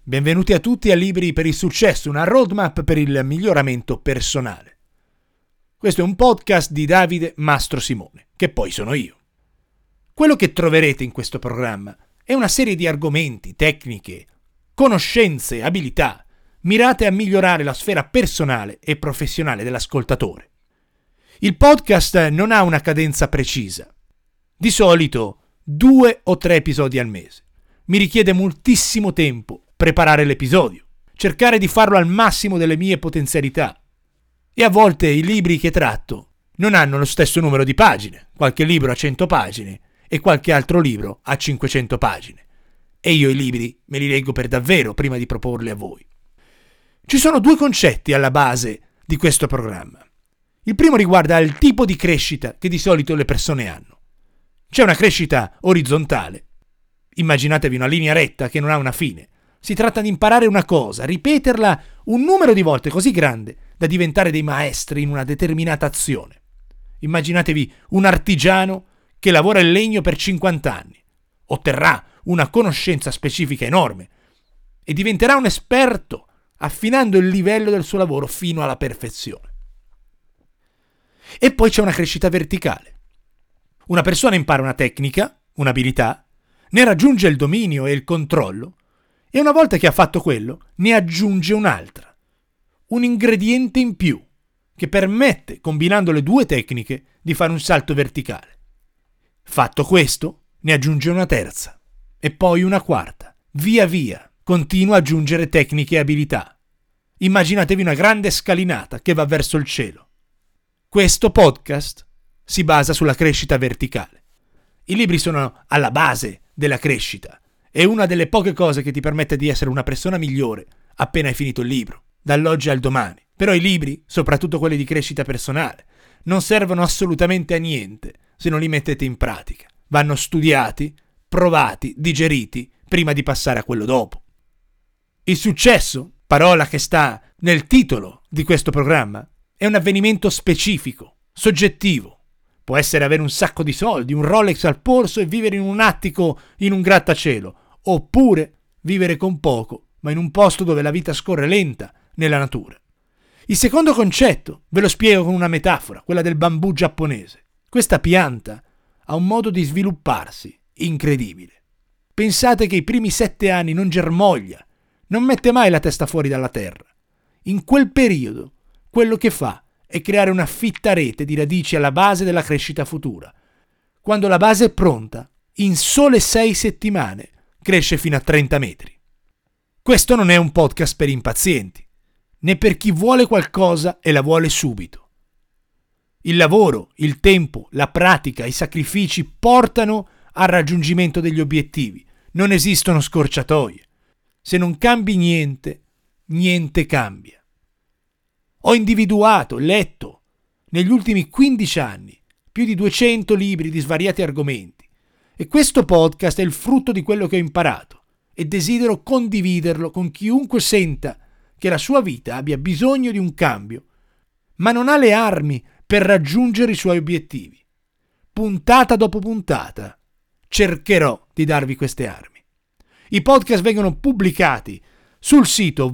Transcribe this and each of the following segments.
Benvenuti a tutti a Libri per il Successo, una roadmap per il miglioramento personale. Questo è un podcast di Davide Mastro Simone, che poi sono io. Quello che troverete in questo programma è una serie di argomenti, tecniche, conoscenze, abilità, mirate a migliorare la sfera personale e professionale dell'ascoltatore. Il podcast non ha una cadenza precisa. Di solito 2 o 3 episodi al mese. Mi richiede moltissimo tempo preparare l'episodio, cercare di farlo al massimo delle mie potenzialità. E a volte i libri che tratto non hanno lo stesso numero di pagine. Qualche libro ha 100 pagine e qualche altro libro ha 500 pagine. E io i libri me li leggo per davvero prima di proporli a voi. Ci sono 2 concetti alla base di questo programma. Il primo riguarda il tipo di crescita che di solito le persone hanno. C'è una crescita orizzontale. Immaginatevi una linea retta che non ha una fine. Si tratta di imparare una cosa, ripeterla un numero di volte così grande da diventare dei maestri in una determinata azione. Immaginatevi un artigiano che lavora il legno per 50 anni. Otterrà una conoscenza specifica enorme e diventerà un esperto, affinando il livello del suo lavoro fino alla perfezione. E poi c'è una crescita verticale. Una persona impara una tecnica, un'abilità, ne raggiunge il dominio e il controllo, e una volta che ha fatto quello, ne aggiunge un'altra. Un ingrediente in più, che permette, combinando le 2 tecniche, di fare un salto verticale. Fatto questo, ne aggiunge una terza, e poi una quarta. Via via, continua a aggiungere tecniche e abilità. Immaginatevi una grande scalinata che va verso il cielo. Questo podcast si basa sulla crescita verticale. I libri sono alla base della crescita. È una delle poche cose che ti permette di essere una persona migliore appena hai finito il libro, dall'oggi al domani. Però i libri, soprattutto quelli di crescita personale, non servono assolutamente a niente se non li mettete in pratica. Vanno studiati, provati, digeriti, prima di passare a quello dopo. Il successo, parola che sta nel titolo di questo programma, è un avvenimento specifico, soggettivo. Può essere avere un sacco di soldi, un Rolex al polso e vivere in un attico in un grattacielo, oppure vivere con poco, ma in un posto dove la vita scorre lenta nella natura. Il secondo concetto ve lo spiego con una metafora, quella del bambù giapponese. Questa pianta ha un modo di svilupparsi incredibile. Pensate che i primi 7 anni non germoglia, non mette mai la testa fuori dalla terra. In quel periodo, quello che fa è creare una fitta rete di radici alla base della crescita futura. Quando la base è pronta, in sole 6 settimane cresce fino a 30 metri. Questo non è un podcast per impazienti, né per chi vuole qualcosa e la vuole subito. Il lavoro, il tempo, la pratica, i sacrifici portano al raggiungimento degli obiettivi. Non esistono scorciatoie. Se non cambi niente, niente cambia. Ho individuato, letto, negli ultimi 15 anni, più di 200 libri di svariati argomenti. E questo podcast è il frutto di quello che ho imparato e desidero condividerlo con chiunque senta che la sua vita abbia bisogno di un cambio, ma non ha le armi per raggiungere i suoi obiettivi. Puntata dopo puntata cercherò di darvi queste armi. I podcast vengono pubblicati sul sito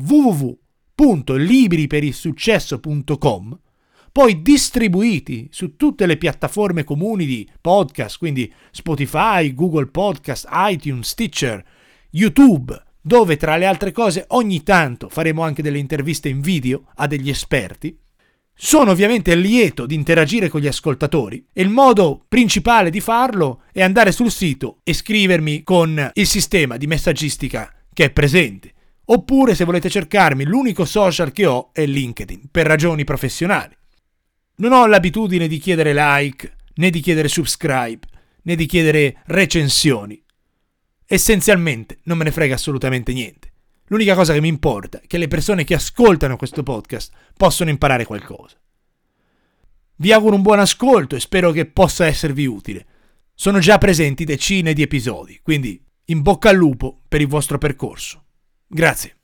www.libriperilsuccesso.com, poi distribuiti su tutte le piattaforme comuni di podcast, quindi Spotify, Google Podcast, iTunes, Stitcher, YouTube, dove tra le altre cose ogni tanto faremo anche delle interviste in video a degli esperti. Sono ovviamente lieto di interagire con gli ascoltatori e il modo principale di farlo è andare sul sito e scrivermi con il sistema di messaggistica che è presente. Oppure, se volete cercarmi, l'unico social che ho è LinkedIn, per ragioni professionali. Non ho l'abitudine di chiedere like, né di chiedere subscribe, né di chiedere recensioni. Essenzialmente non me ne frega assolutamente niente. L'unica cosa che mi importa è che le persone che ascoltano questo podcast possano imparare qualcosa. Vi auguro un buon ascolto e spero che possa esservi utile. Sono già presenti decine di episodi, quindi in bocca al lupo per il vostro percorso. Grazie.